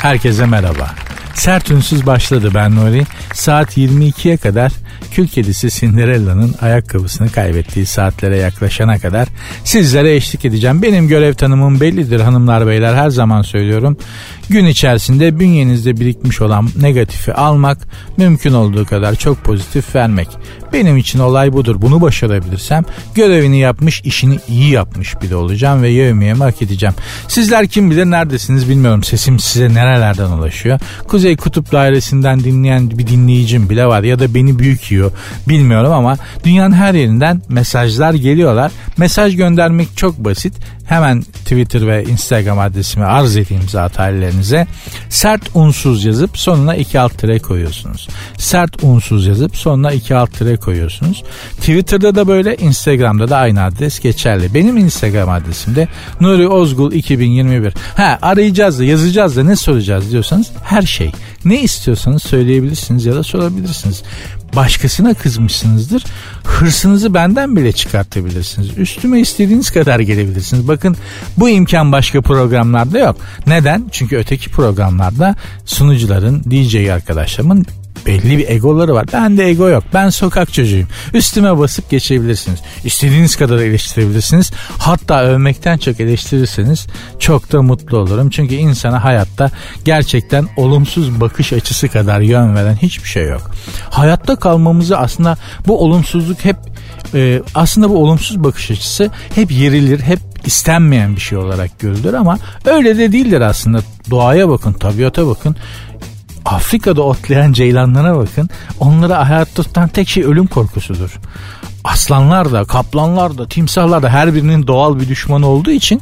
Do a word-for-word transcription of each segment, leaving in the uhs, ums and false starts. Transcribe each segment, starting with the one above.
Herkese merhaba. Sert Ünsüz başladı, ben Nuri. Saat yirmi ikiye kadar kül kedisi Cinderella'nın ayakkabısını kaybettiği saatlere yaklaşana kadar sizlere eşlik edeceğim. Benim görev tanımım bellidir hanımlar beyler, her zaman söylüyorum. Gün içerisinde bünyenizde birikmiş olan negatifi almak, mümkün olduğu kadar çok pozitif vermek. Benim için olay budur. Bunu başarabilirsem görevini yapmış, işini iyi yapmış biri olacağım ve yevmiyemi hak edeceğim. Sizler kim bilir neredesiniz bilmiyorum. Sesim size nerelerden ulaşıyor? Kuzey Kutup Dairesi'nden dinleyen bir dinleyicim bile var ya da beni büyük yiyor bilmiyorum ama dünyanın her yerinden mesajlar geliyorlar. Mesaj göndermek çok basit. Hemen Twitter ve Instagram adresimi arz edeyim zat hallerinize. Sert unsuz yazıp sonuna iki alt tire koyuyorsunuz. Sert unsuz yazıp sonuna iki alt tire koyuyorsunuz. Twitter'da da böyle, Instagram'da da aynı adres geçerli. Benim Instagram adresim de Nuri Ozgul iki bin yirmi bir. Ha, arayacağız da yazacağız da ne soracağız diyorsanız her şey. Ne istiyorsanız söyleyebilirsiniz ya da sorabilirsiniz. Başkasına kızmışsınızdır. Hırsınızı benden bile çıkartabilirsiniz. Üstüme istediğiniz kadar gelebilirsiniz. Bakın, bu imkan başka programlarda yok. Neden? Çünkü öteki programlarda sunucuların, D J arkadaşlarımın belli bir egoları var. Bende ego yok. Ben sokak çocuğuyum. Üstüme basıp geçebilirsiniz. İstediğiniz kadar eleştirebilirsiniz. Hatta övmekten çok eleştirirseniz çok da mutlu olurum. Çünkü insana hayatta gerçekten olumsuz bakış açısı kadar yön veren hiçbir şey yok. Hayatta kalmamızı aslında bu olumsuzluk hep e, aslında bu olumsuz bakış açısı hep yerilir, hep istenmeyen bir şey olarak görülür ama öyle de değildir aslında. Doğaya bakın, tabiata bakın. Afrika'da otlayan ceylanlara bakın. Onları hayatta tutan tek şey ölüm korkusudur. Aslanlar da, kaplanlar da, timsahlar da her birinin doğal bir düşmanı olduğu için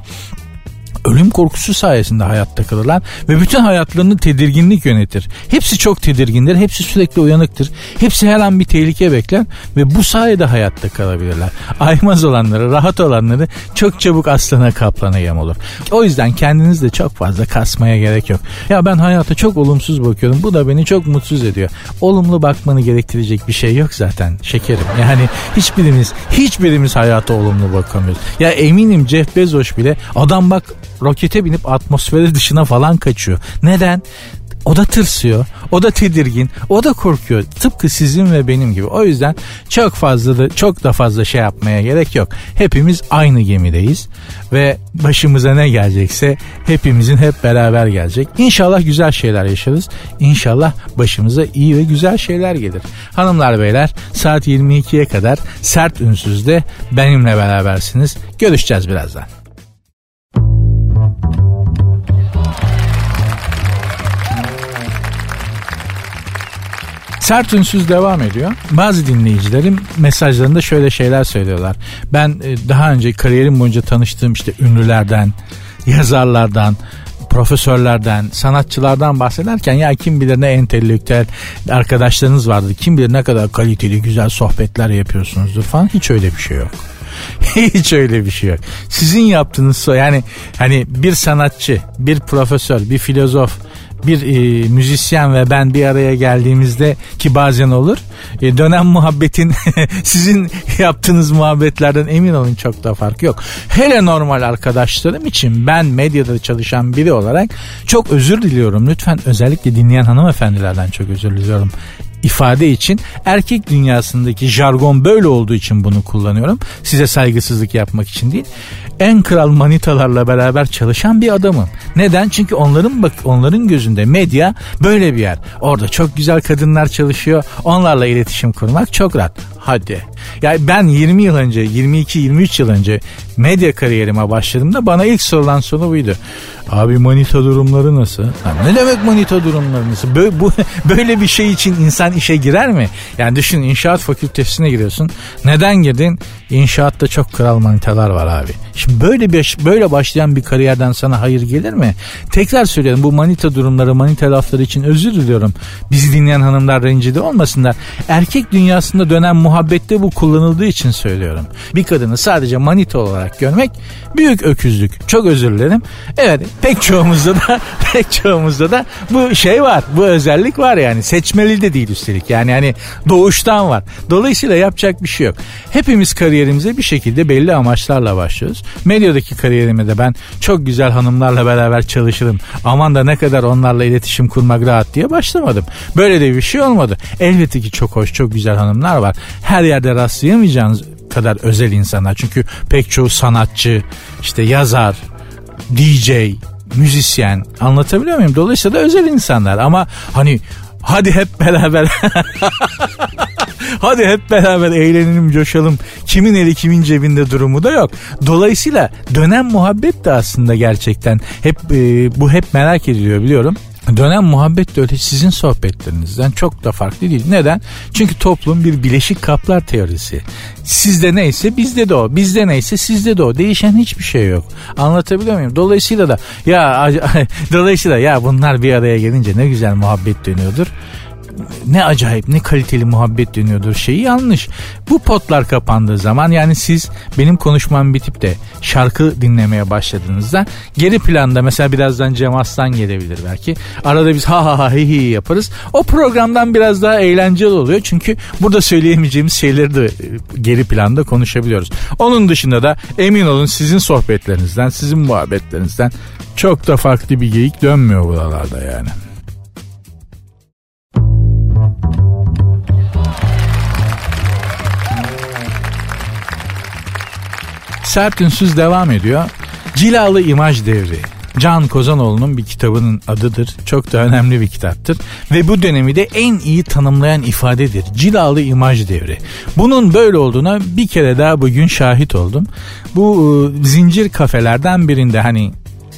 ölüm korkusu sayesinde hayatta kalırlar ve bütün hayatlarını tedirginlik yönetir. Hepsi çok tedirgindir, hepsi sürekli uyanıktır. Hepsi her an bir tehlike bekler ve bu sayede hayatta kalabilirler. Aymaz olanları, rahat olanları çok çabuk aslana kaplana yem olur. O yüzden kendinizde çok fazla kasmaya gerek yok. Ya ben hayata çok olumsuz bakıyorum, bu da beni çok mutsuz ediyor. Olumlu bakmanı gerektirecek bir şey yok zaten şekerim. Yani hiçbirimiz, hiçbirimiz hayata olumlu bakamıyoruz. Ya eminim Jeff Bezos bile, adam bak rokete binip atmosferi dışına falan kaçıyor. Neden? O da tırsıyor, o da tedirgin, o da korkuyor. Tıpkı sizin ve benim gibi. O yüzden çok fazla da çok da fazla şey yapmaya gerek yok. Hepimiz aynı gemideyiz ve başımıza ne gelecekse hepimizin hep beraber gelecek. İnşallah güzel şeyler yaşarız. İnşallah başımıza iyi ve güzel şeyler gelir. Hanımlar beyler, saat yirmi ikiye kadar Sert Ünsüz'de benimle berabersiniz. Görüşeceğiz birazdan. Sert Ünsüz devam ediyor. Bazı dinleyicilerim mesajlarında şöyle şeyler söylüyorlar. Ben daha önce kariyerim boyunca tanıştığım işte ünlülerden, yazarlardan, profesörlerden, sanatçılardan bahsederken ya kim bilir ne entelektüel arkadaşlarınız vardır, kim bilir ne kadar kaliteli güzel sohbetler yapıyorsunuzdur falan. Hiç öyle bir şey yok. Hiç öyle bir şey yok. Sizin yaptığınız, yani hani bir sanatçı, bir profesör, bir filozof, bir e, müzisyen ve ben bir araya geldiğimizde, ki bazen olur, e, dönem muhabbetin sizin yaptığınız muhabbetlerden emin olun çok da fark yok. Hele normal arkadaşlarım için ben medyada çalışan biri olarak çok özür diliyorum. Lütfen, özellikle dinleyen hanımefendilerden çok özür diliyorum. İfade için, erkek dünyasındaki jargon böyle olduğu için bunu kullanıyorum. Size saygısızlık yapmak için değil. En kral manitalarla beraber çalışan bir adamım. Neden? Çünkü onların bak onların gözünde medya böyle bir yer. Orada çok güzel kadınlar çalışıyor. Onlarla iletişim kurmak çok rahat. Hadi. Yani ben yirmi yıl önce, yirmi iki yirmi üç yıl önce medya kariyerime başladığımda bana ilk sorulan soru buydu. Abi manita durumları nasıl? Ha, ne demek manita durumları nasıl? Böyle, bu, böyle bir şey için insan işe girer mi? Yani düşün, inşaat fakültesine giriyorsun. Neden girdin? İnşaatta çok kral manitalar var abi. Şimdi böyle bir böyle başlayan bir kariyerden sana hayır gelir mi? Tekrar söylüyorum, bu manita durumları, manita lafları için özür diliyorum. Bizi dinleyen hanımlar rencide olmasınlar. Erkek dünyasında dönen muhabbette bu kullanıldığı için söylüyorum. Bir kadını sadece manita olarak görmek büyük öküzlük. Çok özür dilerim. Evet, pek çoğumuzda da pek çoğumuzda da bu şey var. Bu özellik var yani. Seçmeli de değil üstelik. Yani hani doğuştan var. Dolayısıyla yapacak bir şey yok. Hepimiz kariyer kariyerimize bir şekilde belli amaçlarla başlıyoruz. Medyadaki kariyerime de ben çok güzel hanımlarla beraber çalışırım, aman da ne kadar onlarla iletişim kurmak rahat diye başlamadım. Böyle de bir şey olmadı. Elbette ki çok hoş, çok güzel hanımlar var. Her yerde rastlayamayacağınız kadar özel insanlar. Çünkü pek çoğu sanatçı, işte yazar, D J, müzisyen, anlatabiliyor muyum? Dolayısıyla da özel insanlar ama hani hadi hep beraber hadi hep beraber eğlenelim, coşalım, kimin eli kimin cebinde durumu da yok. Dolayısıyla dönem muhabbet de aslında gerçekten hep e, bu hep merak ediliyor, biliyorum. Dönem muhabbet de öyle sizin sohbetlerinizden çok da farklı değil. Neden? Çünkü toplum bir bileşik kaplar teorisi. Sizde neyse bizde de o. Bizde neyse sizde de o. Değişen hiçbir şey yok. Anlatabiliyor muyum? Dolayısıyla da ya dolayısıyla ya bunlar bir araya gelince ne güzel muhabbet dönüyordur. Ne acayip, ne kaliteli muhabbet dönüyordur şeyi yanlış. Bu potlar kapandığı zaman, yani siz benim konuşmam bitip de şarkı dinlemeye başladığınızda geri planda mesela birazdan Cem Aslan gelebilir belki. Arada biz ha ha ha hi hi yaparız. O programdan biraz daha eğlenceli oluyor. Çünkü burada söyleyemeyeceğimiz şeyleri de geri planda konuşabiliyoruz. Onun dışında da emin olun sizin sohbetlerinizden, sizin muhabbetlerinizden çok da farklı bir geyik dönmüyor buralarda yani. Sert Ünsüz devam ediyor. Cilalı İmaj Devri. Can Kozanoğlu'nun bir kitabının adıdır. Çok da önemli bir kitaptır. Ve bu dönemi de en iyi tanımlayan ifadedir. Cilalı İmaj Devri. Bunun böyle olduğuna bir kere daha bugün şahit oldum. Bu e, zincir kafelerden birinde hani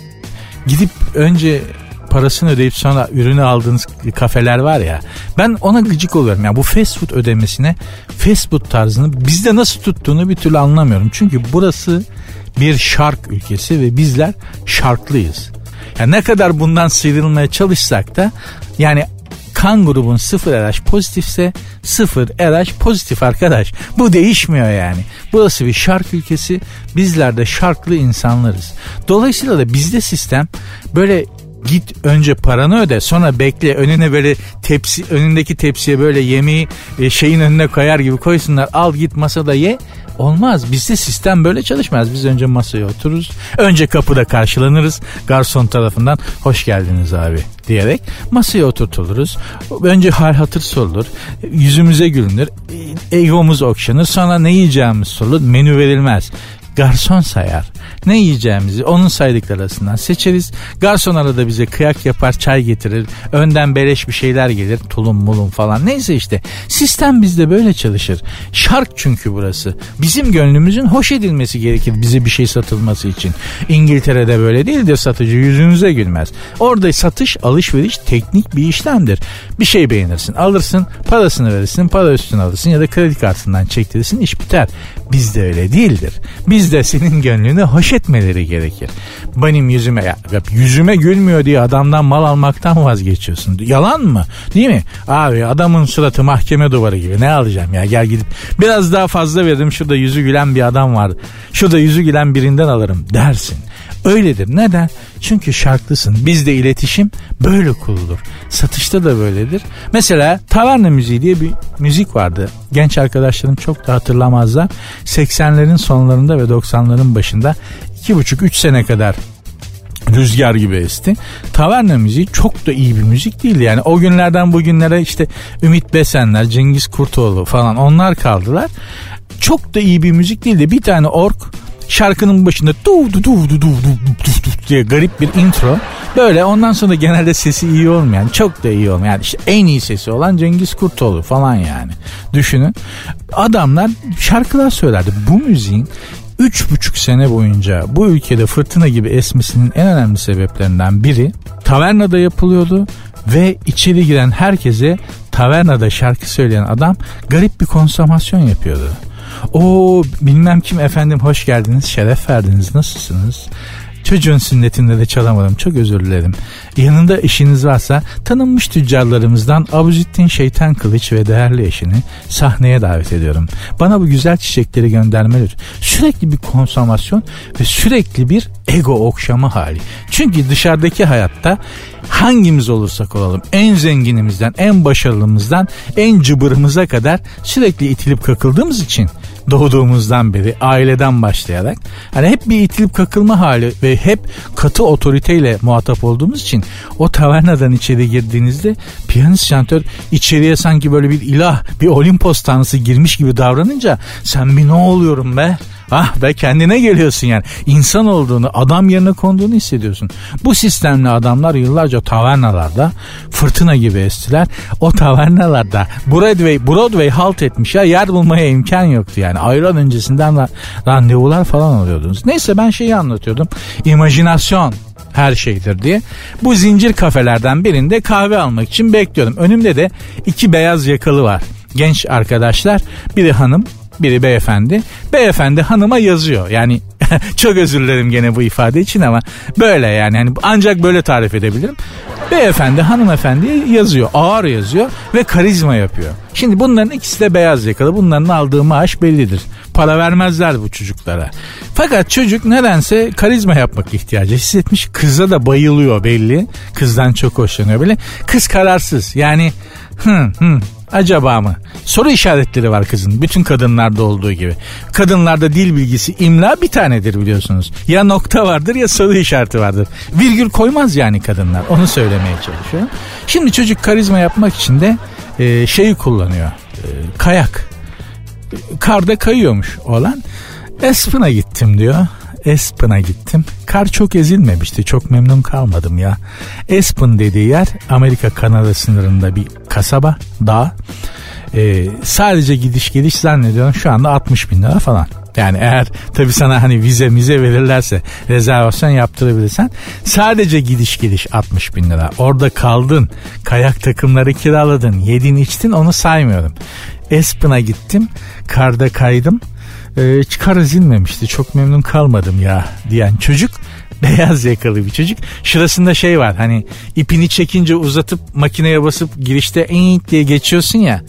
gidip önce parasını ödeyip sonra ürünü aldığınız kafeler var ya, ben ona gıcık oluyorum. Yani bu fast food ödemesine, fast food tarzını bizde nasıl tuttuğunu bir türlü anlamıyorum. Çünkü burası bir şark ülkesi ve bizler şarklıyız. Yani ne kadar bundan sıyrılmaya çalışsak da yani kan grubun sıfır R H pozitifse sıfır R H pozitif arkadaş. Bu değişmiyor yani. Burası bir şark ülkesi. Bizler de şarklı insanlarız. Dolayısıyla da bizde sistem böyle git önce paranı öde, sonra bekle, önüne böyle tepsi, önündeki tepsiye böyle yemeği şeyin önüne koyar gibi koysunlar, al git masada ye. Olmaz. Bizde sistem böyle çalışmaz. Biz önce masaya otururuz. Önce kapıda karşılanırız. Garson tarafından hoş geldiniz abi diyerek masaya oturtuluruz. Önce hal hatır sorulur. Yüzümüze gülünür. Egomuz okşanır. Sonra ne yiyeceğimiz sorulur. Menü verilmez. Garson sayar. Ne yiyeceğimizi onun saydıkları arasından seçeriz. Garson arada bize kıyak yapar, çay getirir. Önden beleş bir şeyler gelir. Tulum mulum falan. Neyse işte. Sistem bizde böyle çalışır. Şark çünkü burası. Bizim gönlümüzün hoş edilmesi gerekir bize bir şey satılması için. İngiltere'de böyle değildir. Satıcı yüzünüze gülmez. Orada satış, alışveriş teknik bir işlemdir. Bir şey beğenirsin, alırsın, parasını verirsin, para üstüne alırsın ya da kredi kartından çektirirsin, iş biter. Bizde öyle değildir. Bizde senin gönlünü hoş etmeleri gerekir. Benim yüzüme ya, yüzüme gülmüyor diye adamdan mal almaktan vazgeçiyorsun. Yalan mı? Değil mi? Abi adamın suratı mahkeme duvarı gibi. Ne alacağım ya? Gel gidip biraz daha fazla veririm. Şurada yüzü gülen bir adam var. Şurada yüzü gülen birinden alırım dersin. Öyledir. Neden? Çünkü şarklısın. Bizde iletişim böyle kurulur. Satışta da böyledir. Mesela taverna müziği diye bir müzik vardı. Genç arkadaşlarım çok da hatırlamazlar. seksenlerin sonlarında ve doksanların başında iki buçuk üç sene kadar rüzgar gibi esti. Taverna müziği çok da iyi bir müzik değildi. Yani o günlerden bugünlere işte Ümit Besenler, Cengiz Kurtoğlu falan onlar kaldılar. Çok da iyi bir müzik değildi. Bir tane ork şarkının başında du du du du du du diye garip bir intro. Böyle ondan sonra genelde sesi iyi olmayan, çok da iyi olmayan, yani işte en iyi sesi olan Cengiz Kurtoğlu falan yani. Düşünün. Adamlar şarkılar söylerdi. Bu müziğin üç buçuk sene boyunca bu ülkede fırtına gibi esmesinin en önemli sebeplerinden biri tavernada yapılıyordu ve içeri giren herkese tavernada şarkı söyleyen adam garip bir konsomasyon yapıyordu. O bilmem kim efendim hoş geldiniz, şeref verdiniz, nasılsınız? Çocuğun sünnetinde de çalamadım, çok özür dilerim. Yanında eşiniz varsa tanınmış tüccarlarımızdan Abuzittin Şeytan Kılıç ve değerli eşini sahneye davet ediyorum. Bana bu güzel çiçekleri göndermeleri. Sürekli bir konsomasyon ve sürekli bir ego okşama hali. Çünkü dışarıdaki hayatta hangimiz olursak olalım, en zenginimizden, en başarılımızdan, en cıbırımıza kadar sürekli itilip kakıldığımız için Doğduğumuzdan beri aileden başlayarak hani hep bir itilip kakılma hali ve hep katı otoriteyle muhatap olduğumuz için o tavernadan içeri girdiğinizde piyanist şantör içeriye sanki böyle bir ilah, bir Olimpos tanrısı girmiş gibi davranınca sen bir ne oluyorum be? Ah be, kendine geliyorsun yani. İnsan olduğunu, adam yerine konduğunu hissediyorsun. Bu sistemli adamlar yıllarca tavernalarda fırtına gibi estiler. O tavernalarda Broadway, Broadway halt etmiş ya, yer bulmaya imkan yoktu yani. Ayran öncesinden randevular falan alıyordunuz. Neyse, ben şeyi anlatıyordum. İmajinasyon her şeydir diye. Bu zincir kafelerden birinde kahve almak için bekliyordum. Önümde de iki beyaz yakalı var. Genç arkadaşlar. Biri hanım, biri beyefendi. Beyefendi hanıma yazıyor. Yani çok özür dilerim gene bu ifade için ama böyle yani. yani ancak böyle tarif edebilirim. Beyefendi hanımefendiye yazıyor. Ağır yazıyor ve karizma yapıyor. Şimdi bunların ikisi de beyaz yakalı. Bunların aldığı maaş bellidir. Para vermezler bu çocuklara. Fakat çocuk nedense karizma yapmak ihtiyacı hissetmiş. Kıza da bayılıyor belli. Kızdan çok hoşlanıyor böyle. Kız kararsız. Yani hı hı acaba mı? Soru işaretleri var kızın. Bütün kadınlarda olduğu gibi. Kadınlarda dil bilgisi, imla bir tanedir biliyorsunuz. Ya nokta vardır ya soru işareti vardır. Virgül koymaz yani kadınlar. Onu söylemeye çalışıyor. Şimdi çocuk karizma yapmak için de e, şeyi kullanıyor. E, kayak. Karda kayıyormuş oğlan. Aspen'a gittim diyor. Aspen'a gittim. Kar çok ezilmemişti. Çok memnun kalmadım ya. Aspen dediği yer Amerika Kanada sınırında bir kasaba, dağ. Ee, sadece gidiş geliş zannediyorum şu anda altmış bin lira falan. Yani eğer tabii sana hani vize mize verirlerse, rezervasyon yaptırabilirsen, sadece gidiş geliş altmış bin lira. Orada kaldın, kayak takımları kiraladın, yedin içtin, onu saymıyorum. Aspen'a gittim, karda kaydım. Ee, kar ezilmemişti, çok memnun kalmadım ya diyen çocuk beyaz yakalı bir çocuk. Şurasında şey var, hani ipini çekince uzatıp makineye basıp girişte eee diye geçiyorsun ya,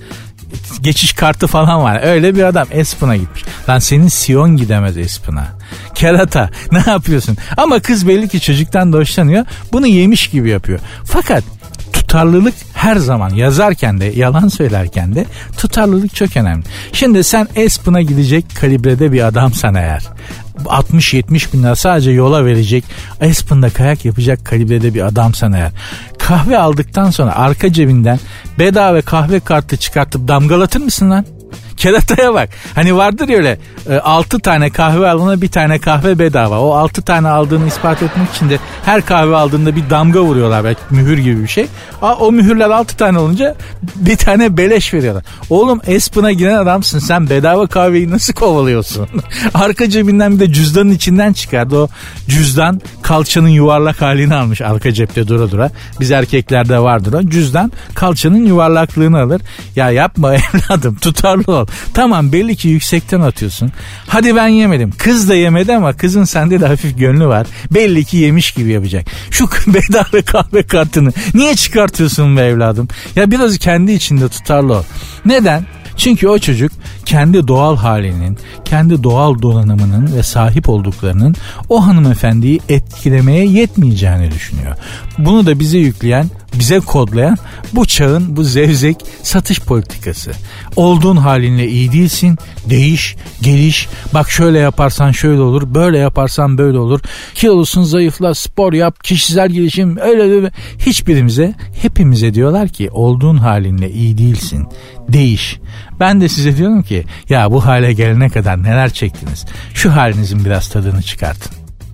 geçiş kartı falan var. Öyle bir adam Aspen'a gitmiş. Lan senin Sion gidemez Aspen'a. Kerata ne yapıyorsun? Ama kız belli ki çocuktan da hoşlanıyor. Bunu yemiş gibi yapıyor. Fakat tutarlılık her zaman, yazarken de yalan söylerken de tutarlılık çok önemli. Şimdi sen Aspen'a gidecek kalibrede bir adamsan eğer, altmış yetmiş bin lira sadece yola verecek, Aspen'da kayak yapacak kalibrede bir adamsan eğer, kahve aldıktan sonra arka cebinden bedava kahve kartı çıkartıp damgalatır mısın lan? Kerataya bak. Hani vardır ya öyle altı tane kahve alana bir tane kahve bedava. O altı tane aldığını ispat etmek için de her kahve aldığında bir damga vuruyorlar. Belki mühür gibi bir şey. Aa, o mühürler altı tane olunca bir tane beleş veriyorlar. Oğlum Aspen'a giren adamsın. Sen bedava kahveyi nasıl kovalıyorsun? Arka cebinden bir de cüzdanın içinden çıkardı. O cüzdan kalçanın yuvarlak halini almış arka cepte dura dura. Biz erkeklerde vardır o. Cüzdan kalçanın yuvarlaklığını alır. Ya yapma evladım, tutarlı ol. Tamam, belli ki yüksekten atıyorsun. Hadi ben yemedim. Kız da yemedi ama kızın sende de hafif gönlü var. Belli ki yemiş gibi yapacak. Şu bedava kahve kartını niye çıkartıyorsun be evladım? Ya biraz kendi içinde tutarlı ol. Neden? Çünkü o çocuk kendi doğal halinin, kendi doğal donanımının ve sahip olduklarının o hanımefendiyi etkilemeye yetmeyeceğini düşünüyor. Bunu da bize yükleyen, bize kodlayan bu çağın bu zevzek satış politikası. Olduğun halinle iyi değilsin, değiş, geliş, bak şöyle yaparsan şöyle olur, böyle yaparsan böyle olur, kilolusun, zayıfla, spor yap, kişisel gelişim, öyle öyle. Hiçbirimize, hepimize diyorlar ki olduğun halinle iyi değilsin, değiş. Ben de size diyorum ki ya bu hale gelene kadar neler çektiniz, şu halinizin biraz tadını çıkartın.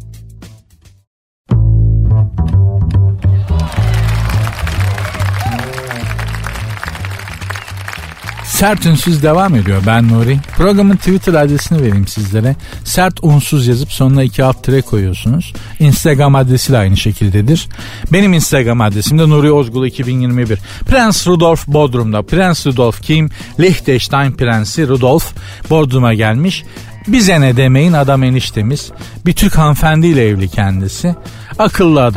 Sert Unsuz devam ediyor. Ben Nuri. Programın Twitter adresini vereyim sizlere. Sert Unsuz yazıp sonuna iki alt tire koyuyorsunuz. Instagram adresi de aynı şekildedir. Benim Instagram adresim de Nuri Ozgul iki bin yirmi bir. Prens Rudolf Bodrum'da. Prens Rudolf kim? Liechtenstein Prensi Rudolf Bodrum'a gelmiş. Bize ne demeyin, adam eniştemiz. Bir Türk hanımefendiyle evli kendisi. Akıllı adam,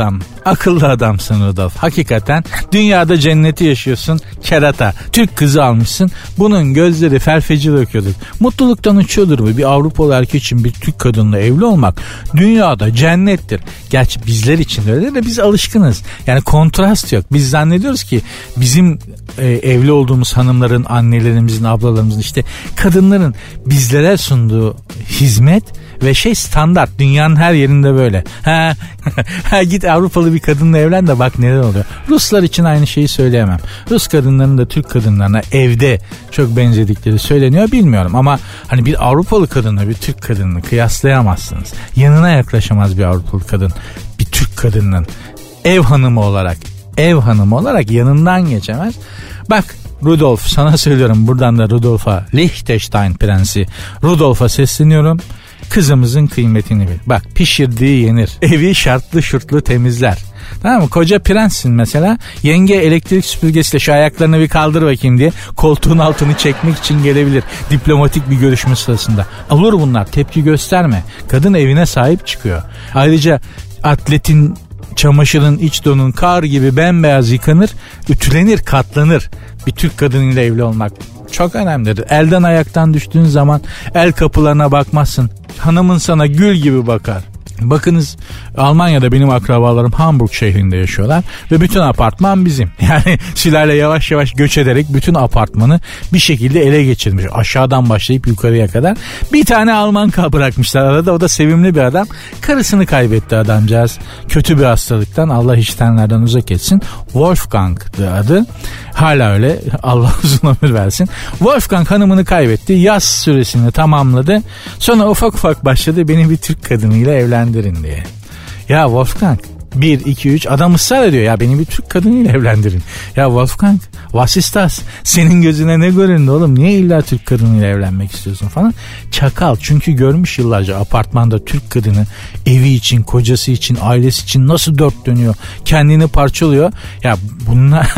Akıllı adamsın Rudolf. Hakikaten dünyada cenneti yaşıyorsun. Kerata. Türk kızı almışsın. Bunun gözleri felfeci döküyordur. Mutluluktan uçuyordur bu. Bir Avrupalı erkek için bir Türk kadınla evli olmak dünyada cennettir. Gerçi bizler için de öyle de biz alışkınız. Yani kontrast yok. Biz zannediyoruz ki bizim e, evli olduğumuz hanımların, annelerimizin, ablalarımızın, işte kadınların bizlere sunduğu hizmet ve şey standart. Dünyanın her yerinde böyle. Ha, ha git Avrupalı bir kadınla evlen de bak neler oluyor. Ruslar için aynı şeyi söyleyemem. Rus kadınlarının da Türk kadınlarına evde çok benzedikleri söyleniyor, bilmiyorum ama hani bir Avrupalı kadınla bir Türk kadınını kıyaslayamazsınız. Yanına yaklaşamaz bir Avrupalı kadın bir Türk kadının ev hanımı olarak, ev hanımı olarak yanından geçemez. Bak Rudolf, sana söylüyorum buradan da Rudolf'a, Liechtenstein prensi Rudolf'a sesleniyorum. Kızımızın kıymetini bil. Bak pişirdiği yenir. Evi şartlı şurtlu temizler. Tamam mı? Koca prenssin mesela. Yenge elektrik süpürgesiyle şu ayaklarını bir kaldır bakayım diye koltuğun altını çekmek için gelebilir. Diplomatik bir görüşme sırasında. Olur bunlar. Tepki gösterme. Kadın evine sahip çıkıyor. Ayrıca atletin, çamaşırın, iç donun kar gibi bembeyaz yıkanır, ütülenir, katlanır. Bir Türk kadınıyla evli olmak çok önemlidir. Elden ayaktan düştüğün zaman el kapılarına bakmazsın. Hanımın sana gül gibi bakar. Bakınız Almanya'da benim akrabalarım Hamburg şehrinde yaşıyorlar ve bütün apartman bizim. Yani sülale yavaş yavaş göç ederek bütün apartmanı bir şekilde ele geçirmiş. Aşağıdan başlayıp yukarıya kadar. Bir tane Alman bırakmışlar arada, o da sevimli bir adam. Karısını kaybetti adamcağız. Kötü bir hastalıktan, Allah iştenlerden uzak etsin. Wolfgang'dı adı. Hala öyle, Allah uzun ömür versin. Wolfgang hanımını kaybetti. Yaz süresini tamamladı. Sonra ufak ufak başladı beni bir Türk kadınıyla evlendirin diye. Ya Wolfgang bir, iki, üç adam ısrar ediyor. Ya beni bir Türk kadınıyla evlendirin. Ya Wolfgang, was ist das? Senin gözüne ne göründü oğlum? Niye illa Türk kadınıyla evlenmek istiyorsun falan. Çakal, çünkü görmüş yıllarca apartmanda Türk kadını evi için, kocası için, ailesi için nasıl dört dönüyor. Kendini parçalıyor. Ya bunlar...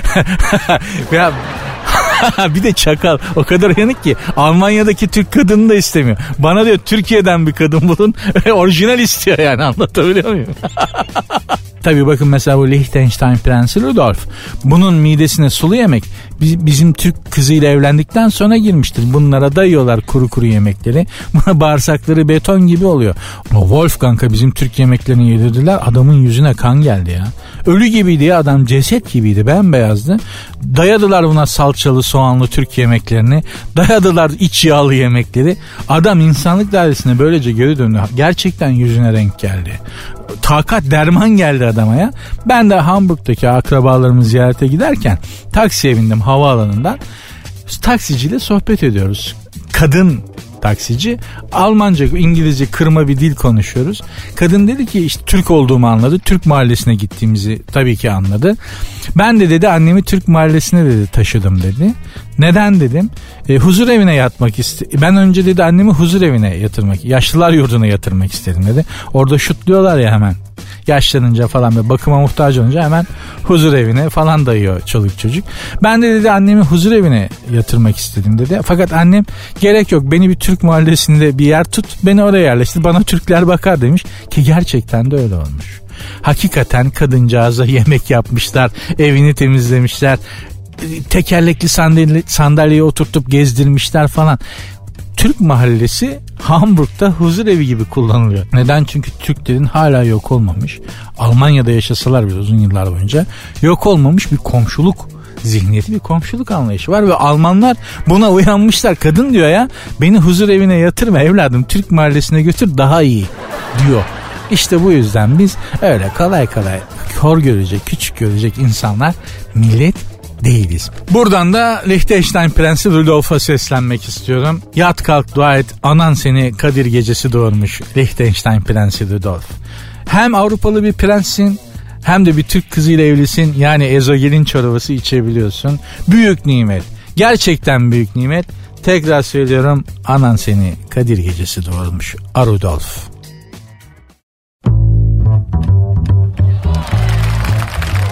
ya... bir de çakal o kadar yanık ki Almanya'daki Türk kadını da istemiyor. Bana diyor Türkiye'den bir kadın bulun. Orijinal istiyor yani, anlatabiliyor muyum? Tabii bakın mesela bu Liechtenstein prensi Rudolf. Bunun midesine sulu yemek bizim Türk kızıyla evlendikten sonra girmiştir. Bunlara dayıyorlar kuru kuru yemekleri. Buna bağırsakları beton gibi oluyor. O Wolfgang'a bizim Türk yemeklerini yedirdiler. Adamın yüzüne kan geldi ya. Ölü gibiydi ya adam, ceset gibiydi, bembeyazdı. Dayadılar buna salçalı soğanlı Türk yemeklerini. Dayadılar iç yağlı yemekleri. Adam insanlık dairesine böylece geri döndü. Gerçekten yüzüne renk geldi. Takat derman geldi adama ya. Ben de Hamburg'daki akrabalarımı ziyarete giderken taksiye bindim havaalanından. Taksiciyle sohbet ediyoruz. Kadın taksici. Almanca, İngilizce kırma bir dil konuşuyoruz. Kadın dedi ki işte Türk olduğumu anladı. Türk mahallesine gittiğimizi tabii ki anladı. Ben de dedi annemi Türk mahallesine dedi taşıdım dedi. Neden dedim. E, huzur evine yatmak istedim. Ben önce dedi annemi huzur evine yatırmak, yaşlılar yurduna yatırmak istedim dedi. Orada şutluyorlar ya hemen. Yaşlanınca falan ve bakıma muhtaç olunca hemen huzur evine falan dayıyor çoluk çocuk. Ben de dedi annemi huzur evine yatırmak istedim dedi. Fakat annem gerek yok, beni bir Türk mahallesinde bir yer tut, beni oraya yerleştir, bana Türkler bakar demiş ki gerçekten de öyle olmuş. Hakikaten kadıncağıza yemek yapmışlar, evini temizlemişler, tekerlekli sandalye, sandalyeye oturtup gezdirmişler falan. Türk mahallesi Hamburg'da huzur evi gibi kullanılıyor. Neden? Çünkü Türklerin hala yok olmamış, Almanya'da yaşasalar bile uzun yıllar boyunca yok olmamış bir komşuluk zihniyeti, bir komşuluk anlayışı var ve Almanlar buna uyanmışlar. Kadın diyor ya, beni huzur evine yatırma evladım, Türk mahallesine götür daha iyi diyor. İşte bu yüzden biz öyle kolay kolay hor görecek, küçük görecek insanlar, millet değiliz. Buradan da Liechtenstein prensi Rudolf'a seslenmek istiyorum. Yat kalk dua et, anan seni Kadir gecesi doğurmuş Liechtenstein prensi Rudolf. Hem Avrupalı bir prenssin, hem de bir Türk kızıyla evlisin. Yani ezogelin çorbası içebiliyorsun. Büyük nimet. Gerçekten büyük nimet. Tekrar söylüyorum, anan seni Kadir gecesi doğurmuş Rudolf.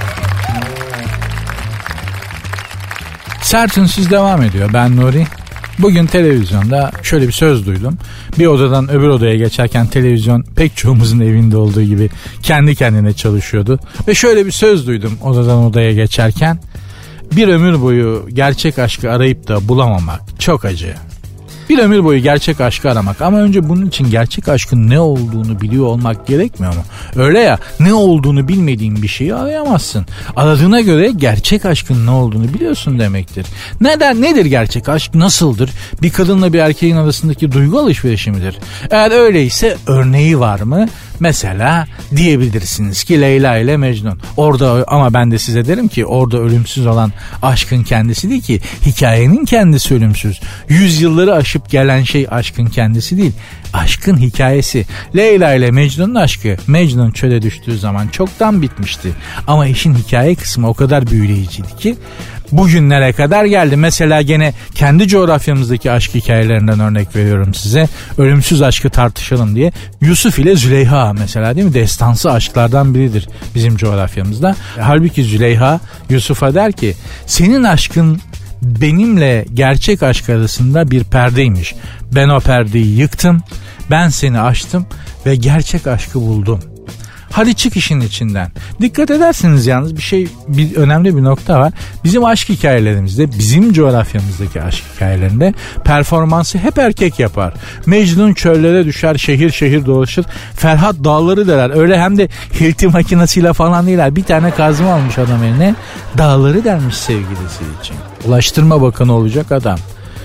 Sert Ünsüz devam ediyor. Ben Nuri. Bugün televizyonda şöyle bir söz duydum. Bir odadan öbür odaya geçerken televizyon pek çoğumuzun evinde olduğu gibi kendi kendine çalışıyordu. Ve şöyle bir söz duydum odadan odaya geçerken. Bir ömür boyu gerçek aşkı arayıp da bulamamak çok acı. Bir ömür boyu gerçek aşkı aramak ama önce bunun için gerçek aşkın ne olduğunu biliyor olmak gerekmiyor mu? Öyle ya, ne olduğunu bilmediğin bir şeyi arayamazsın. Aradığına göre gerçek aşkın ne olduğunu biliyorsun demektir. Neden? Nedir gerçek aşk? Nasıldır? Bir kadınla bir erkeğin arasındaki duygu alışverişi midir? Eğer öyleyse örneği var mı? Mesela diyebilirsiniz ki Leyla ile Mecnun. Orada, ama ben de size derim ki orada ölümsüz olan aşkın kendisi değil ki, hikayenin kendisi ölümsüz. Yüzyılları aşıp gelen şey aşkın kendisi değil, aşkın hikayesi. Leyla ile Mecnun'un aşkı, Mecnun çöle düştüğü zaman çoktan bitmişti. Ama işin hikaye kısmı o kadar büyüleyiciydi ki bugünlere kadar geldi. Mesela gene kendi coğrafyamızdaki aşk hikayelerinden örnek veriyorum size. Ölümsüz aşkı tartışalım diye. Yusuf ile Züleyha mesela, değil mi? Destansı aşklardan biridir bizim coğrafyamızda. Halbuki Züleyha Yusuf'a der ki senin aşkın benimle gerçek aşk arasında bir perdeymiş. Ben o perdeyi yıktım, ben seni açtım ve gerçek aşkı buldum. Hadi çık işin içinden. Dikkat edersiniz yalnız bir şey, bir önemli bir nokta var. Bizim aşk hikayelerimizde, bizim coğrafyamızdaki aşk hikayelerinde performansı hep erkek yapar. Mecnun çöllere düşer, şehir şehir dolaşır. Ferhat dağları deler. Öyle hem de hilti makinesiyle falan değiller. Bir tane kazma almış adam eline. Dağları dermiş sevgilisi için. Ulaştırma Bakanı olacak adam.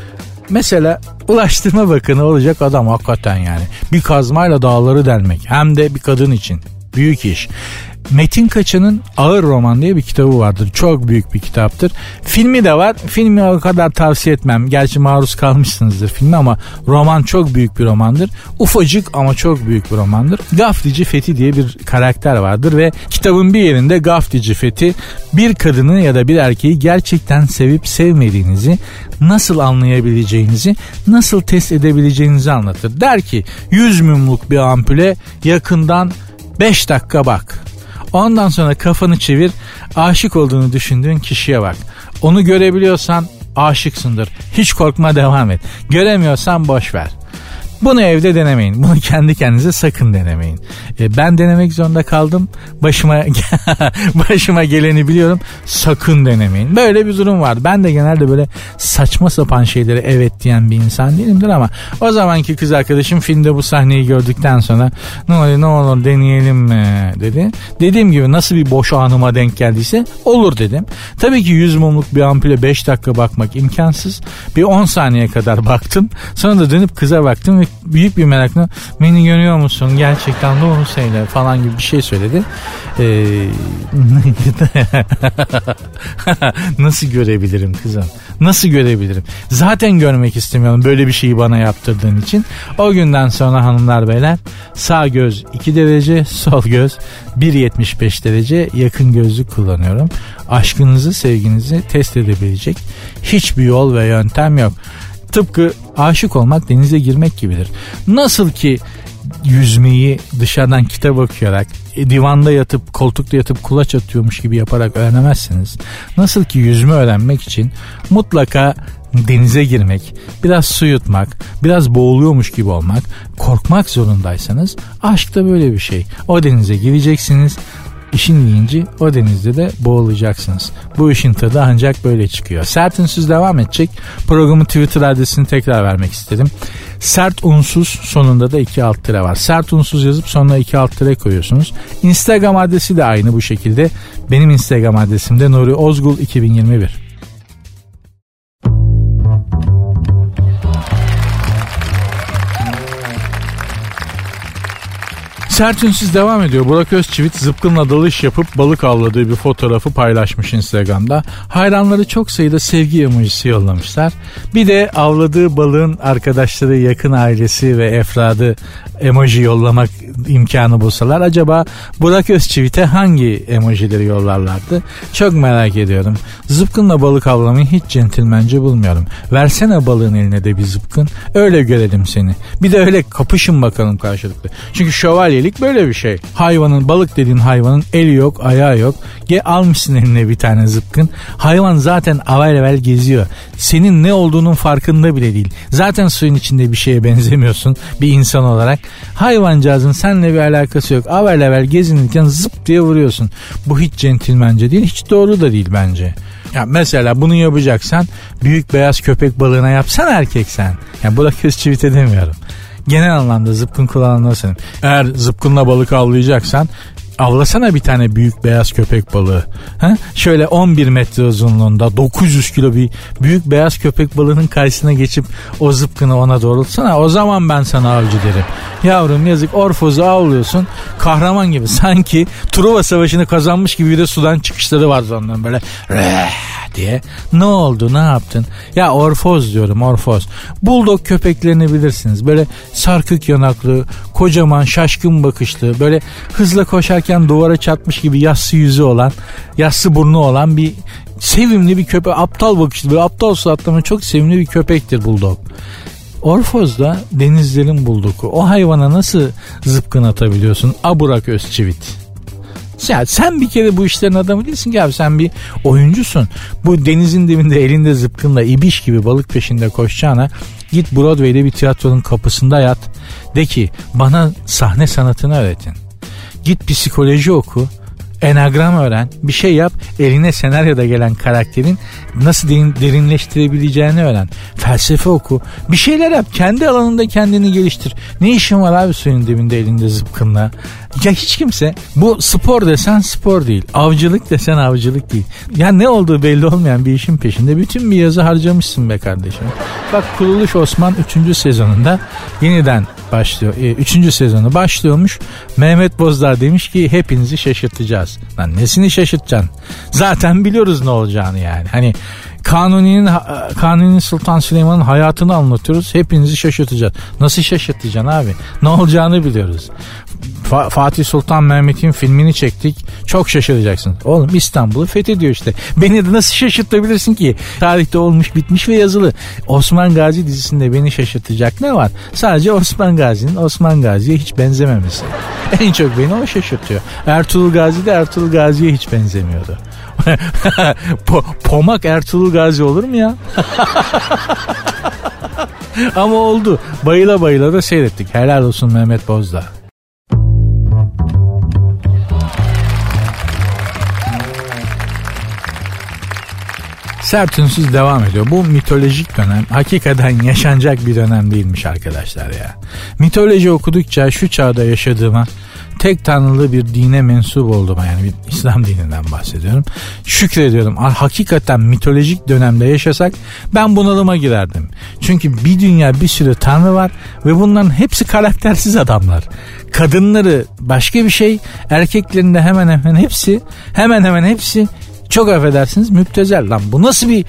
Mesela Ulaştırma Bakanı olacak adam hakikaten yani. Bir kazmayla dağları delmek, hem de bir kadın için. Büyük iş. Metin Kaçan'ın Ağır Roman diye bir kitabı vardır. Çok büyük bir kitaptır. Filmi de var. Filmi o kadar tavsiye etmem. Gerçi maruz kalmışsınızdır filmi ama roman çok büyük bir romandır. Ufacık ama çok büyük bir romandır. Gaftici Fethi diye bir karakter vardır ve kitabın bir yerinde Gaftici Fethi bir kadını ya da bir erkeği gerçekten sevip sevmediğinizi nasıl anlayabileceğinizi, nasıl test edebileceğinizi anlatır. Der ki yüz mumluk bir ampule yakından beş dakika bak. Ondan sonra kafanı çevir, aşık olduğunu düşündüğün kişiye bak. Onu görebiliyorsan aşıksındır. Hiç korkma, devam et. Göremiyorsan boş ver. Bunu evde denemeyin. Bunu kendi kendinize sakın denemeyin. E, ben denemek zorunda kaldım. Başıma başıma geleni biliyorum. Sakın denemeyin. Böyle bir durum var. Ben de genelde böyle saçma sapan şeylere evet diyen bir insan değilimdir ama o zamanki kız arkadaşım filmde bu sahneyi gördükten sonra ne olur ne olur deneyelim mi dedi. Dediğim gibi nasıl bir boş anıma denk geldiyse olur dedim. Tabii ki yüz mumluk bir ampule beş dakika bakmak imkansız. Bir on saniye kadar baktım. Sonra da dönüp kıza baktım ve büyük bir merakla beni görüyor musun? Gerçekten doğru söyle falan gibi bir şey söyledi. Ee, nasıl görebilirim kızım? Nasıl görebilirim? Zaten görmek istemiyorum böyle bir şeyi bana yaptırdığın için. O günden sonra hanımlar beyler sağ göz iki derece, sol göz bir yetmiş beş derece yakın gözlük kullanıyorum. Aşkınızı, sevginizi test edebilecek hiçbir yol ve yöntem yok. Tıpkı aşık olmak denize girmek gibidir. Nasıl ki yüzmeyi dışarıdan kitap okuyarak, divanda yatıp, koltukta yatıp kulaç atıyormuş gibi yaparak öğrenemezsiniz. Nasıl ki yüzme öğrenmek için mutlaka denize girmek, biraz su yutmak, biraz boğuluyormuş gibi olmak, korkmak zorundaysanız aşk da böyle bir şey. O denize gireceksiniz. İşin ilginci o denizde de boğulacaksınız. Bu işin tadı ancak böyle çıkıyor. Sert Unsuz devam edecek. Programın Twitter adresini tekrar vermek istedim. Sert Unsuz, sonunda da iki alt tire var. Sert Unsuz yazıp sonuna iki alt tire koyuyorsunuz. Instagram adresi de aynı bu şekilde. Benim Instagram adresim de Nuri Ozgul iki bin yirmi bir. Sert Unsuz devam ediyor. Burak Özçivit zıpkınla dalış yapıp balık avladığı bir fotoğrafı paylaşmış Instagram'da. Hayranları çok sayıda sevgi emojisi yollamışlar. Bir de avladığı balığın arkadaşları, yakın ailesi ve efradı emoji yollamak imkanı bulsalar acaba Burak Özçivit'e hangi emojileri yollarlardı? Çok merak ediyorum. Zıpkınla balık avlamayı hiç centilmence bulmuyorum. Versene balığın eline de bir zıpkın. Öyle görelim seni. Bir de öyle kapışın bakalım karşılıklı. Çünkü şövalye Bilgelik böyle bir şey. Hayvanın, balık dediğin hayvanın eli yok, ayağı yok. Ge almışsın eline bir tane zıpkın. Hayvan zaten avel avel geziyor. Senin ne olduğunun farkında bile değil. Zaten suyun içinde bir şeye benzemiyorsun bir insan olarak. Hayvancağızın seninle bir alakası yok. Avel avel gezinirken zıp diye vuruyorsun. Bu hiç centilmence değil, hiç doğru da değil bence. Ya mesela bunu yapacaksan büyük beyaz köpek balığına yapsan erkeksen. Yani bu da köz çivit edemiyorum. Genel anlamda zıpkın kullanılmasın. Eğer zıpkınla balık avlayacaksan avlasana bir tane büyük beyaz köpek balığı. Ha? Şöyle on bir metre uzunluğunda dokuz yüz kilo bir büyük beyaz köpek balığının karşısına geçip o zıpkını ona doğrultsana. O zaman ben sana avcı derim. Yavrum yazık, orfozu avlıyorsun. Kahraman gibi, sanki Truva Savaşı'nı kazanmış gibi bir de sudan çıkışları vardı ondan böyle diye. Ne oldu, ne yaptın? Ya orfoz diyorum, orfoz. Bulldog köpeklerini bilirsiniz. Böyle sarkık yanaklı, kocaman, şaşkın bakışlı, böyle hızla koşarken duvara çarpmış gibi yassı yüzü olan, yassı burnu olan bir sevimli bir köpek. Aptal bakışlı, böyle aptal suratlı, çok sevimli bir köpektir Bulldog. Orfoz da denizlerin buldogu. O hayvana nasıl zıpkın atabiliyorsun? Aburak Özçivit. Ya sen bir kere bu işlerin adamı değilsin ki abi, sen bir oyuncusun. Bu denizin dibinde elinde zıpkınla ibiş gibi balık peşinde koşacağına git Broadway'de bir tiyatronun kapısında yat. De ki bana sahne sanatını öğretin. Git psikoloji oku. Enagram öğren, bir şey yap, eline senaryoda gelen karakterin nasıl derin, derinleştirebileceğini öğren. Felsefe oku, bir şeyler yap, kendi alanında kendini geliştir. Ne işin var abi suyun dibinde elinde zıpkınla? Ya hiç kimse, bu spor desen spor değil, avcılık desen avcılık değil. Ya ne olduğu belli olmayan bir işin peşinde bütün bir yazı harcamışsın be kardeşim. Bak Kuruluş Osman üçüncü sezonunda yeniden başlıyor. üçüncü sezonu başlıyormuş. Mehmet Bozdağ demiş ki hepinizi şaşırtacağız. Lan nesini şaşırtacaksın? Zaten biliyoruz ne olacağını yani. Hani Kanuni'nin Kanuni Sultan Süleyman'ın hayatını anlatıyoruz. Hepinizi şaşırtacağız. Nasıl şaşırtacaksın abi? Ne olacağını biliyoruz. Fa- Fatih Sultan Mehmet'in filmini çektik. Çok şaşıracaksın. Oğlum İstanbul'u fethediyor işte. Beni de nasıl şaşırtabilirsin ki? Tarihte olmuş, bitmiş ve yazılı. Osman Gazi dizisinde beni şaşırtacak ne var? Sadece Osman Gazi'nin Osman Gazi'ye hiç benzememesi. En çok beni o şaşırtıyor. Ertuğrul Gazi de Ertuğrul Gazi'ye hiç benzemiyordu. po- Pomak Ertuğrul Gazi olur mu ya? Ama oldu. Bayıla bayıla da seyrettik. Helal olsun Mehmet Bozdağ. Sert Ünsüz devam ediyor. Bu mitolojik dönem hakikaten yaşanacak bir dönem değilmiş arkadaşlar ya. Mitoloji okudukça şu çağda yaşadığıma, tek tanrılı bir dine mensup olduğuma, yani bir İslam dininden bahsediyorum, şükrediyorum. Hakikaten mitolojik dönemde yaşasak ben bunalıma girerdim. Çünkü bir dünya bir sürü tanrı var ve bunların hepsi karaktersiz adamlar. Kadınları başka bir şey, erkeklerin de hemen hemen hepsi hemen hemen hepsi çok affedersiniz müptezel. Lan bu nasıl bir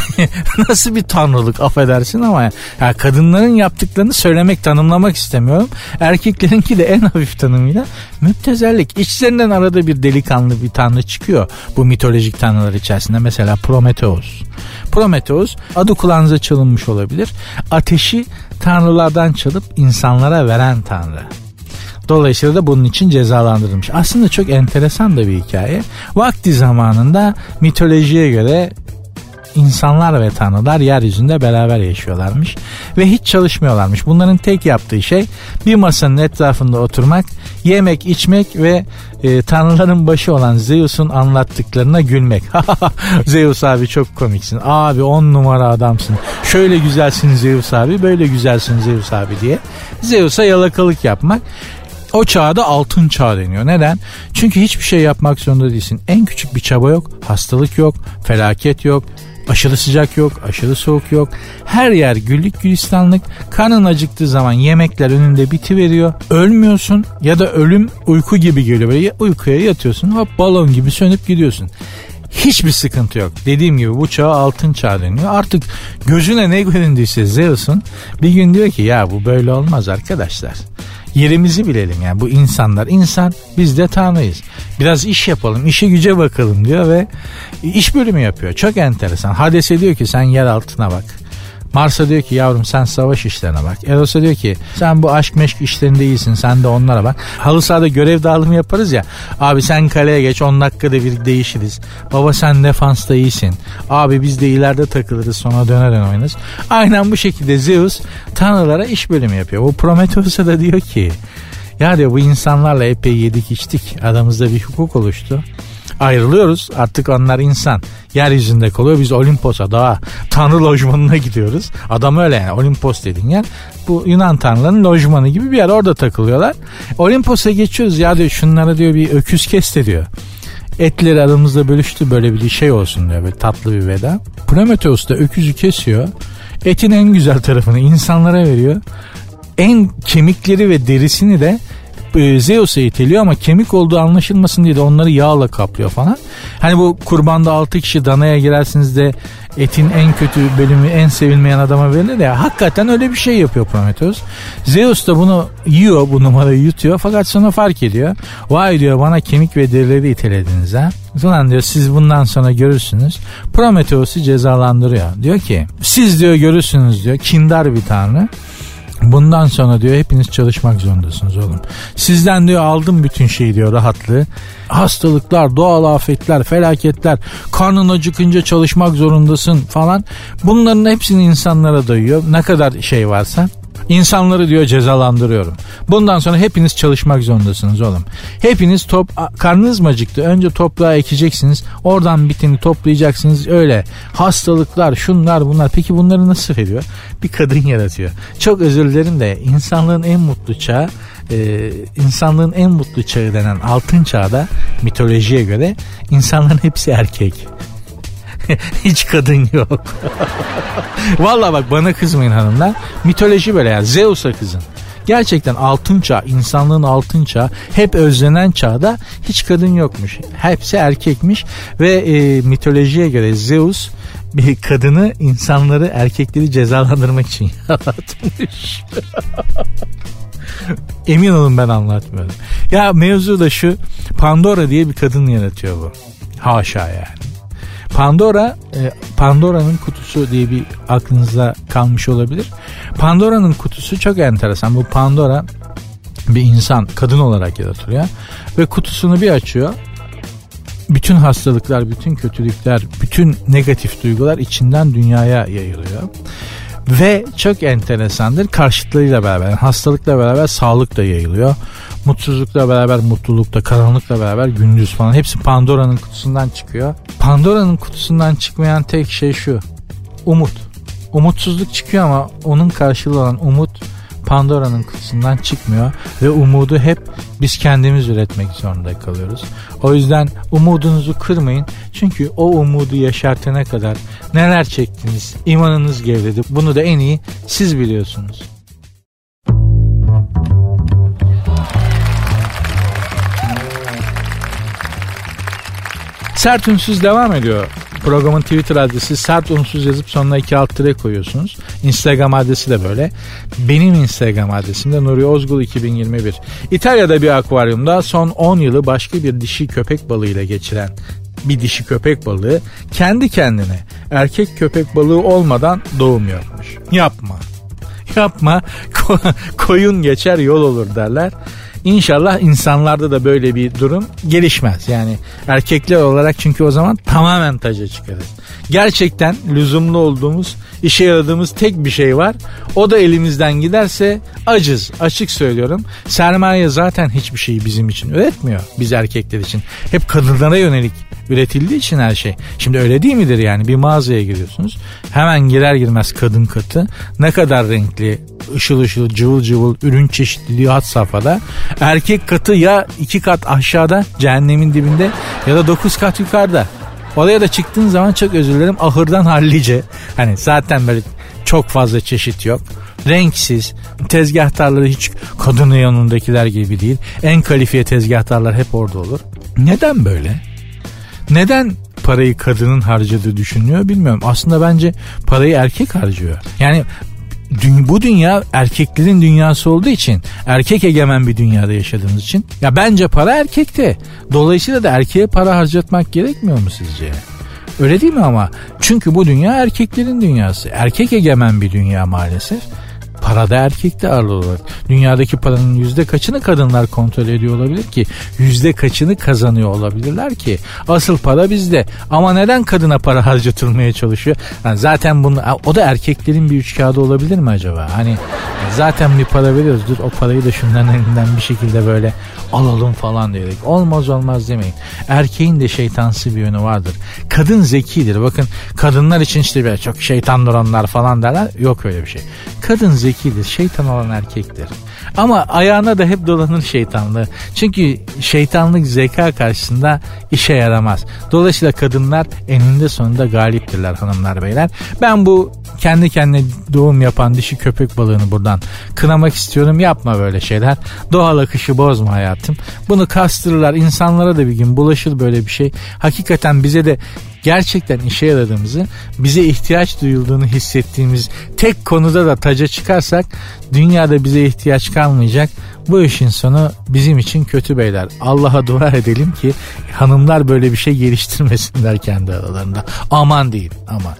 nasıl bir tanrılık, affedersin ama ya, ya kadınların yaptıklarını söylemek, tanımlamak istemiyorum. Erkeklerinki de en hafif tanımıyla müptezellik. İçlerinden arada bir delikanlı bir tanrı çıkıyor bu mitolojik tanrılar içerisinde. Mesela Prometheus. Prometheus adı kulağınıza çalınmış olabilir. Ateşi tanrılardan çalıp insanlara veren tanrı. Dolayısıyla da bunun için cezalandırılmış. Aslında çok enteresan da bir hikaye. Vakti zamanında mitolojiye göre insanlar ve tanrılar yeryüzünde beraber yaşıyorlarmış ve hiç çalışmıyorlarmış. Bunların tek yaptığı şey bir masanın etrafında oturmak, yemek, içmek ve e, tanrıların başı olan Zeus'un anlattıklarına gülmek. Zeus abi çok komiksin. Abi on numara adamsın. Şöyle güzelsin Zeus abi, böyle güzelsin Zeus abi diye Zeus'a yalakalık yapmak. O çağda altın çağ deniyor. Neden? Çünkü hiçbir şey yapmak zorunda değilsin. En küçük bir çaba yok, hastalık yok, felaket yok, aşırı sıcak yok, aşırı soğuk yok. Her yer güllük gülistanlık. Karnın acıktığı zaman yemekler önünde bitiveriyor. Ölmüyorsun ya da ölüm uyku gibi geliyor. Böyle uykuya yatıyorsun, hop balon gibi sönüp gidiyorsun. Hiçbir sıkıntı yok. Dediğim gibi bu çağa altın çağ deniyor. Artık gözüne ne göründüyse Zeus'un bir gün diyor ki ya bu böyle olmaz arkadaşlar. Yerimizi bilelim yani, bu insanlar insan, biz de tanrıyız. Biraz iş yapalım, işe güce bakalım diyor ve iş bölümü yapıyor. Çok enteresan. Hades'e diyor ki sen yer altına bak. Mars'a diyor ki yavrum sen savaş işlerine bak. Eros'a diyor ki sen bu aşk meşk işlerinde iyisin, sen de onlara bak. Halı sahada görev dağılımı yaparız ya. Abi sen kaleye geç, on dakikada bir değişiriz. Baba sen defansta iyisin. Abi biz de ileride takılırız, sonra döner döner oynarız. Aynen bu şekilde Zeus tanrılara iş bölümü yapıyor. Bu Prometheus'a da diyor ki ya diyor bu insanlarla epey yedik içtik. Aramızda bir hukuk oluştu. Ayrılıyoruz, artık onlar insan. Yeryüzünde kalıyor, biz Olimpos'a, dağa, tanrı lojmanına gidiyoruz. Adam öyle yani, Olimpos dediğin yer bu Yunan tanrılarının lojmanı gibi bir yer, orada takılıyorlar. Olimpos'a geçiyoruz, ya diyor şunlara diyor bir öküz kes de diyor. Etleri aramızda bölüştü, böyle bir şey olsun diyor, böyle tatlı bir veda. Prometheus da öküzü kesiyor, etin en güzel tarafını insanlara veriyor. En kemikleri ve derisini de Zeus'a iteliyor ama kemik olduğu anlaşılmasın diye de onları yağla kaplıyor falan. Hani bu kurbanda altı kişi danaya girersiniz de etin en kötü bölümü en sevilmeyen adama verilir ya, hakikaten öyle bir şey yapıyor Prometheus. Zeus da bunu yiyor, bu numarayı yutuyor, fakat sonra fark ediyor. Vay diyor, bana kemik ve derileri itelediniz ha. Falan diyor, siz bundan sonra görürsünüz. Prometheus'u cezalandırıyor. Diyor ki siz diyor görürsünüz diyor, kindar bir tanrı. Bundan sonra diyor hepiniz çalışmak zorundasınız oğlum. Sizden diyor aldım bütün şeyi diyor, rahatlığı. Hastalıklar, doğal afetler, felaketler, karnın acıkınca çalışmak zorundasın falan. Bunların hepsini insanlara dayıyor. Ne kadar şey varsa. İnsanları diyor cezalandırıyorum. Bundan sonra hepiniz çalışmak zorundasınız oğlum. Hepiniz top, karnınız mı acıktı? Önce toprağa ekeceksiniz. Oradan biteni toplayacaksınız. Öyle hastalıklar, şunlar bunlar. Peki bunları nasıl veriyor? Bir kadın yaratıyor. Çok özür dilerim de insanlığın en mutlu çağı, e, insanlığın en mutlu çağı denen altın çağda mitolojiye göre insanların hepsi erkek. Hiç kadın yok. Vallahi bak, bana kızmayın hanımlar. Mitoloji böyle yani. Zeus'a kızın. Gerçekten altın çağ, insanlığın altın çağı, hep özlenen çağda hiç kadın yokmuş. Hepsi erkekmiş ve e, mitolojiye göre Zeus bir kadını, insanları, erkekleri cezalandırmak için yaratmış. Emin olun ben anlatmıyorum. Ya mevzu da şu, Pandora diye bir kadın yaratıyor bu. Haşa yani. Pandora, Pandora'nın kutusu diye bir aklınızda kalmış olabilir. Pandora'nın kutusu çok enteresan. Bu Pandora bir insan, kadın olarak yaratılıyor ve kutusunu bir açıyor. Bütün hastalıklar, bütün kötülükler, bütün negatif duygular içinden dünyaya yayılıyor. Ve çok enteresandır, karşıtlarıyla beraber, yani hastalıkla beraber sağlık da yayılıyor. Mutsuzlukla beraber mutluluk da, karanlıkla beraber gündüz falan, hepsi Pandora'nın kutusundan çıkıyor. Pandora'nın kutusundan çıkmayan tek şey şu: umut. Umutsuzluk çıkıyor ama onun karşılığı olan umut Pandora'nın kutusundan çıkmıyor ve umudu hep biz kendimiz üretmek zorunda kalıyoruz. O yüzden umudunuzu kırmayın, çünkü o umudu yaşartana kadar neler çektiniz, imanınız gevredi, bunu da en iyi siz biliyorsunuz. Sert Unsuz devam ediyor. Programın Twitter adresi Sert Unsuz yazıp sonuna iki alt tire koyuyorsunuz. Instagram adresi de böyle. Benim Instagram adresim de Nuri Ozgul iki bin yirmi bir. İtalya'da bir akvaryumda son on yılı başka bir dişi köpek balığıyla geçiren bir dişi köpek balığı kendi kendine erkek köpek balığı olmadan doğum yapmış. Yapma. Yapma. Ko- koyun geçer yol olur derler. İnşallah insanlarda da böyle bir durum gelişmez. Yani erkekler olarak, çünkü o zaman tamamen taca çıkarız. Gerçekten lüzumlu olduğumuz, işe yaradığımız tek bir şey var. O da elimizden giderse acız. Açık söylüyorum. Sermaye zaten hiçbir şeyi bizim için üretmiyor. Biz erkekler için. Hep kadınlara yönelik üretildiği için her şey. Şimdi öyle değil midir yani? Bir mağazaya giriyorsunuz. Hemen girer girmez kadın katı. Ne kadar renkli, ışıl ışıl, cıvıl cıvıl, ürün çeşitliliği had safhada. Erkek katı ya iki kat aşağıda, cehennemin dibinde, ya da dokuz kat yukarıda. Oraya da çıktığın zaman çok özür dilerim, ahırdan hallice. Hani zaten böyle çok fazla çeşit yok. Renksiz. Tezgahtarları hiç kadının yanındakiler gibi değil. En kalifiye tezgahtarlar hep orada olur. Neden böyle? Neden parayı kadının harcadığı düşünülüyor bilmiyorum. Aslında bence parayı erkek harcıyor. Yani bu dünya erkeklerin dünyası olduğu için, erkek egemen bir dünyada yaşadığımız için, ya bence para erkekte. Dolayısıyla da erkeğe para harcatmak gerekmiyor mu sizce? Öyle değil mi ama? Çünkü bu dünya erkeklerin dünyası. Erkek egemen bir dünya maalesef. Parada erkekte ağırlığı olarak. Dünyadaki paranın yüzde kaçını kadınlar kontrol ediyor olabilir ki? Yüzde kaçını kazanıyor olabilirler ki? Asıl para bizde. Ama neden kadına para harcatılmaya çalışıyor? Yani zaten bunu, o da erkeklerin bir üç kağıdı olabilir mi acaba? Hani zaten bir para veriyoruz. Dur o parayı da şunların elinden bir şekilde böyle alalım falan diyerek. Olmaz olmaz demeyin. Erkeğin de şeytansı bir yönü vardır. Kadın zekidir. Bakın kadınlar için işte böyle çok şeytandır onlar falan derler. Yok öyle bir şey. Kadın zekidir. Şeytan olan erkektir. Ama ayağına da hep dolanır şeytanlığı. Çünkü şeytanlık zeka karşısında işe yaramaz. Dolayısıyla kadınlar eninde sonunda galiptirler hanımlar beyler. Ben bu kendi kendine doğum yapan dişi köpek balığını buradan kınamak istiyorum. Yapma böyle şeyler. Doğal akışı bozma hayatım. Bunu kastırırlar. İnsanlara da bir gün bulaşır böyle bir şey. Hakikaten bize de gerçekten işe yaradığımızı, bize ihtiyaç duyulduğunu hissettiğimiz tek konuda da taca çıkarsak dünyada bize ihtiyaç kalmayacak. Bu işin sonu bizim için kötü beyler. Allah'a dua edelim ki hanımlar böyle bir şey geliştirmesinler kendi aralarında. Aman diyeyim, aman.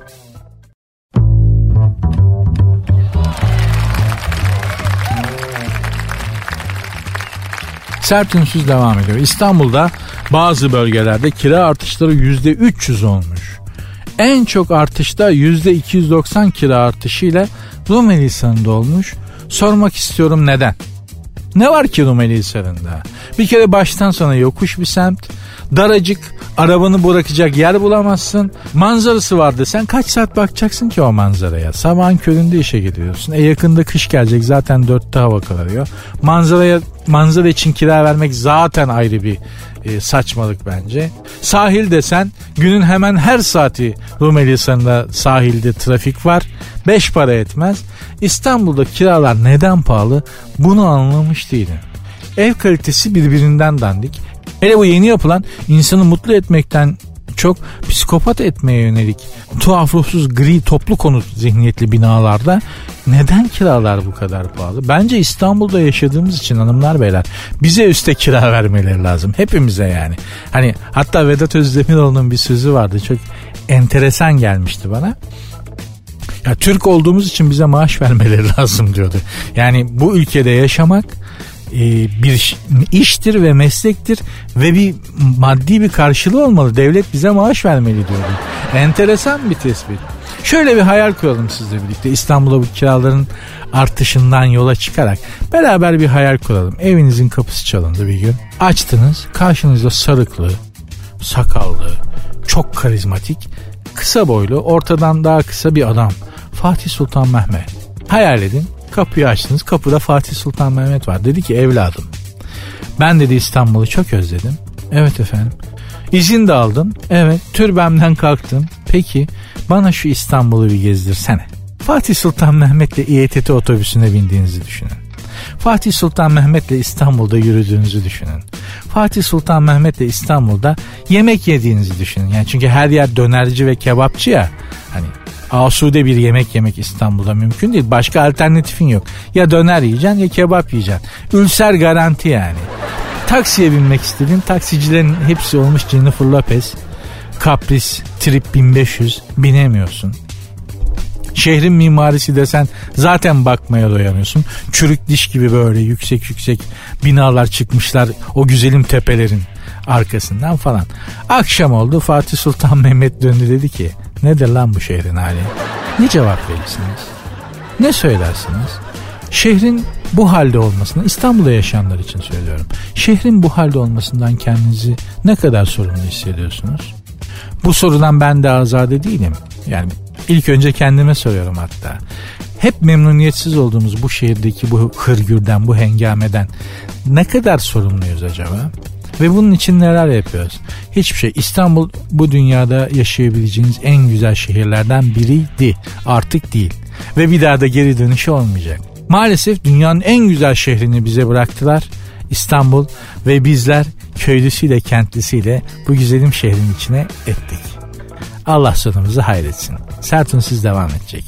Sert Ünsüz devam ediyor. İstanbul'da bazı bölgelerde kira artışları yüzde üç yüz olmuş. En çok artışta yüzde iki yüz doksan kira artışıyla Rumeli Hisarı'nda olmuş. Sormak istiyorum neden? Ne var ki Rumeli Hisarı'nda? Bir kere baştan sona yokuş bir semt. Daracık, arabanı bırakacak yer bulamazsın. Manzarası var desen kaç saat bakacaksın ki o manzaraya? Sabahın köründe işe gidiyorsun. E yakında kış gelecek, zaten dörtte hava kararıyor. Manzaraya, manzara için kira vermek zaten ayrı bir e, saçmalık bence. Sahil desen günün hemen her saati Rumeli Hisarı'nda sahilde trafik var. Beş para etmez. İstanbul'da kiralar neden pahalı? Bunu anlamış değilim. Ev kalitesi birbirinden dandik. Hele bu yeni yapılan insanı mutlu etmekten çok psikopat etmeye yönelik tuhaf ruhsuz gri toplu konut zihniyetli binalarda neden kiralar bu kadar pahalı? Bence İstanbul'da yaşadığımız için hanımlar beyler bize üste kira vermeleri lazım. Hepimize yani. Hani hatta Vedat Özdemiroğlu'nun bir sözü vardı. Çok enteresan gelmişti bana. Ya Türk olduğumuz için bize maaş vermeleri lazım diyordu. Yani bu ülkede yaşamak bir iştir ve meslektir ve bir maddi bir karşılığı olmalı. Devlet bize maaş vermeli diyordu. Enteresan bir tespit. Şöyle bir hayal kuralım sizle birlikte. İstanbul'da bu kiraların artışından yola çıkarak beraber bir hayal kuralım. Evinizin kapısı çalındı bir gün. Açtınız. Karşınızda sarıklı, sakallı, çok karizmatik, kısa boylu, ortadan daha kısa bir adam. Fatih Sultan Mehmet. Hayal edin. Kapıyı açtınız. Kapıda Fatih Sultan Mehmet var. Dedi ki evladım, ben dedi İstanbul'u çok özledim. Evet efendim. İzin de aldım. Evet. Türbemden kalktım. Peki bana şu İstanbul'u bir gezdirsene. Fatih Sultan Mehmet'le İ E T T otobüsüne bindiğinizi düşünün. Fatih Sultan Mehmet'le İstanbul'da yürüdüğünüzü düşünün. Fatih Sultan Mehmet'le İstanbul'da yemek yediğinizi düşünün. Yani çünkü her yer dönerci ve kebapçı ya. Hani asude bir yemek yemek İstanbul'da mümkün değil. Başka alternatifin yok. Ya döner yiyeceksin ya kebap yiyeceksin. Ülser garanti yani. Taksiye binmek istedin. Taksicilerin hepsi olmuş Jennifer Lopez. Kapris, Trip bin beş yüz. Binemiyorsun. Şehrin mimarisi desen zaten bakmaya doyamıyorsun. Çürük diş gibi böyle yüksek yüksek binalar çıkmışlar o güzelim tepelerin arkasından falan. Akşam oldu, Fatih Sultan Mehmet döndü, dedi ki nedir lan bu şehrin hali? Ne cevap verirsiniz? Ne söylersiniz? Şehrin bu halde olmasını, İstanbul'da yaşayanlar için söylüyorum. Şehrin bu halde olmasından kendinizi ne kadar sorumlu hissediyorsunuz? Bu sorudan ben de azade değilim. Yani ilk önce kendime soruyorum hatta. Hep memnuniyetsiz olduğumuz bu şehirdeki bu hırgürden, bu hengameden ne kadar sorumluyuz acaba? Ve bunun için neler yapıyoruz? Hiçbir şey. İstanbul bu dünyada yaşayabileceğiniz en güzel şehirlerden biriydi. Artık değil. Ve bir daha da geri dönüşü olmayacak. Maalesef dünyanın en güzel şehrini bize bıraktılar. İstanbul, ve bizler köylüsüyle kentlisiyle bu güzelim şehrin içine ettik. Allah sonumuzu hayretsin. Sert Ünsüz devam edecek.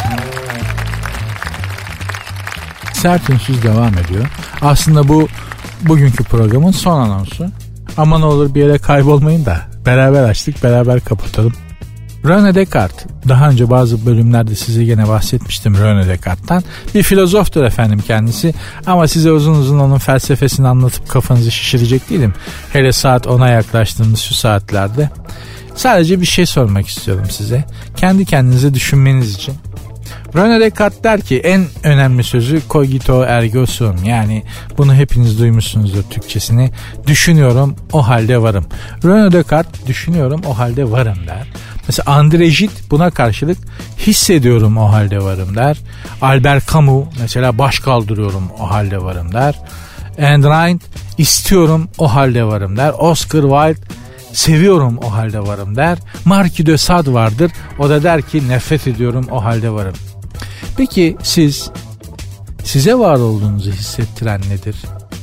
Sert Ünsüz devam ediyor. Aslında bu bugünkü programın son anonsu. Ama ne olur bir yere kaybolmayın da beraber açtık, beraber kapatalım. René Descartes, daha önce bazı bölümlerde size gene bahsetmiştim René Descartes'tan. Bir filozoftur efendim kendisi, ama size uzun uzun onun felsefesini anlatıp kafanızı şişirecek değilim. Hele saat ona yaklaştığımız şu saatlerde. Sadece bir şey sormak istiyorum size, kendi kendinize düşünmeniz için. René Descartes der ki en önemli sözü cogito ergo sum, yani bunu hepiniz duymuşsunuzdur Türkçesini. Düşünüyorum, o halde varım. René Descartes düşünüyorum, o halde varım der. Mesela André Gide buna karşılık hissediyorum, o halde varım der. Albert Camus mesela baş kaldırıyorum, o halde varım der. Ayn Rand istiyorum, o halde varım der. Oscar Wilde seviyorum, o halde varım der. Marquis de Sade vardır, o da der ki nefret ediyorum, o halde varım. Peki siz, size var olduğunuzu hissettiren nedir?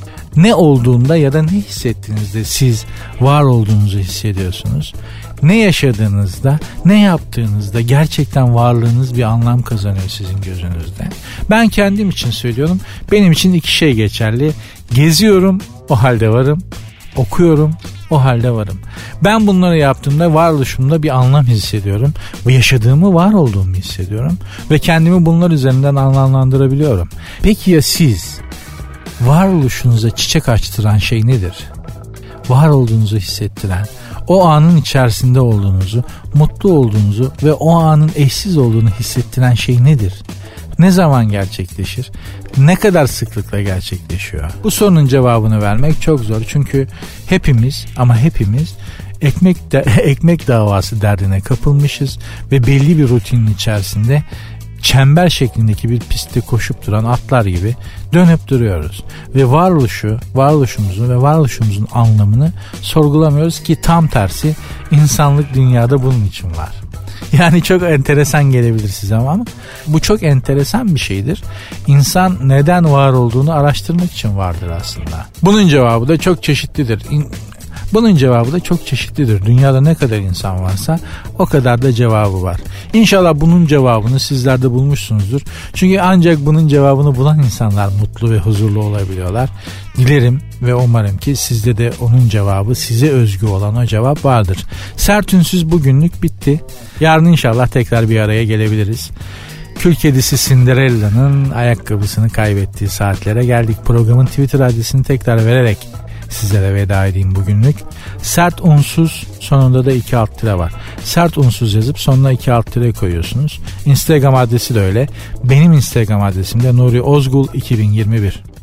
Ne olduğunda ya da ne hissettiğinizde siz var olduğunuzu hissediyorsunuz? Ne yaşadığınızda, ne yaptığınızda gerçekten varlığınız bir anlam kazanıyor sizin gözünüzde? Ben kendim için söylüyorum. Benim için iki şey geçerli. Geziyorum, o halde varım. Okuyorum, o halde varım. Ben bunları yaptığımda varoluşumda bir anlam hissediyorum. Ve yaşadığımı, var olduğumu hissediyorum. Ve kendimi bunlar üzerinden anlamlandırabiliyorum. Peki ya siz? Varoluşunuza çiçek açtıran şey nedir? Var olduğunuzu hissettiren, o anın içerisinde olduğunuzu, mutlu olduğunuzu ve o anın eşsiz olduğunu hissettiren şey nedir? Ne zaman gerçekleşir? Ne kadar sıklıkla gerçekleşiyor? Bu sorunun cevabını vermek çok zor. Çünkü hepimiz, ama hepimiz ekmek de, ekmek davası derdine kapılmışız ve belli bir rutinin içerisinde çember şeklindeki bir pistte koşup duran atlar gibi dönüp duruyoruz. Ve varoluşu, varoluşumuzun ve varoluşumuzun anlamını sorgulamıyoruz ki tam tersi insanlık dünyada bunun için var. Yani çok enteresan gelebilir size ama bu çok enteresan bir şeydir. İnsan neden var olduğunu araştırmak için vardır aslında. Bunun cevabı da çok çeşitlidir. Bunun cevabı da çok çeşitlidir. Dünyada ne kadar insan varsa o kadar da cevabı var. İnşallah bunun cevabını sizler de bulmuşsunuzdur. Çünkü ancak bunun cevabını bulan insanlar mutlu ve huzurlu olabiliyorlar. Dilerim ve umarım ki sizde de onun cevabı, size özgü olan o cevap vardır. Sert Ünsüz bugünlük bitti. Yarın inşallah tekrar bir araya gelebiliriz. Kül kedisi Cinderella'nın ayakkabısını kaybettiği saatlere geldik. Programın Twitter adresini tekrar vererek sizlere veda edeyim bugünlük. Sert Unsuz, sonunda da iki alt tire var. Sert Unsuz yazıp sonuna iki alt tire koyuyorsunuz. Instagram adresi de öyle. Benim Instagram adresim de Nuri Ozgul iki bin yirmi bir.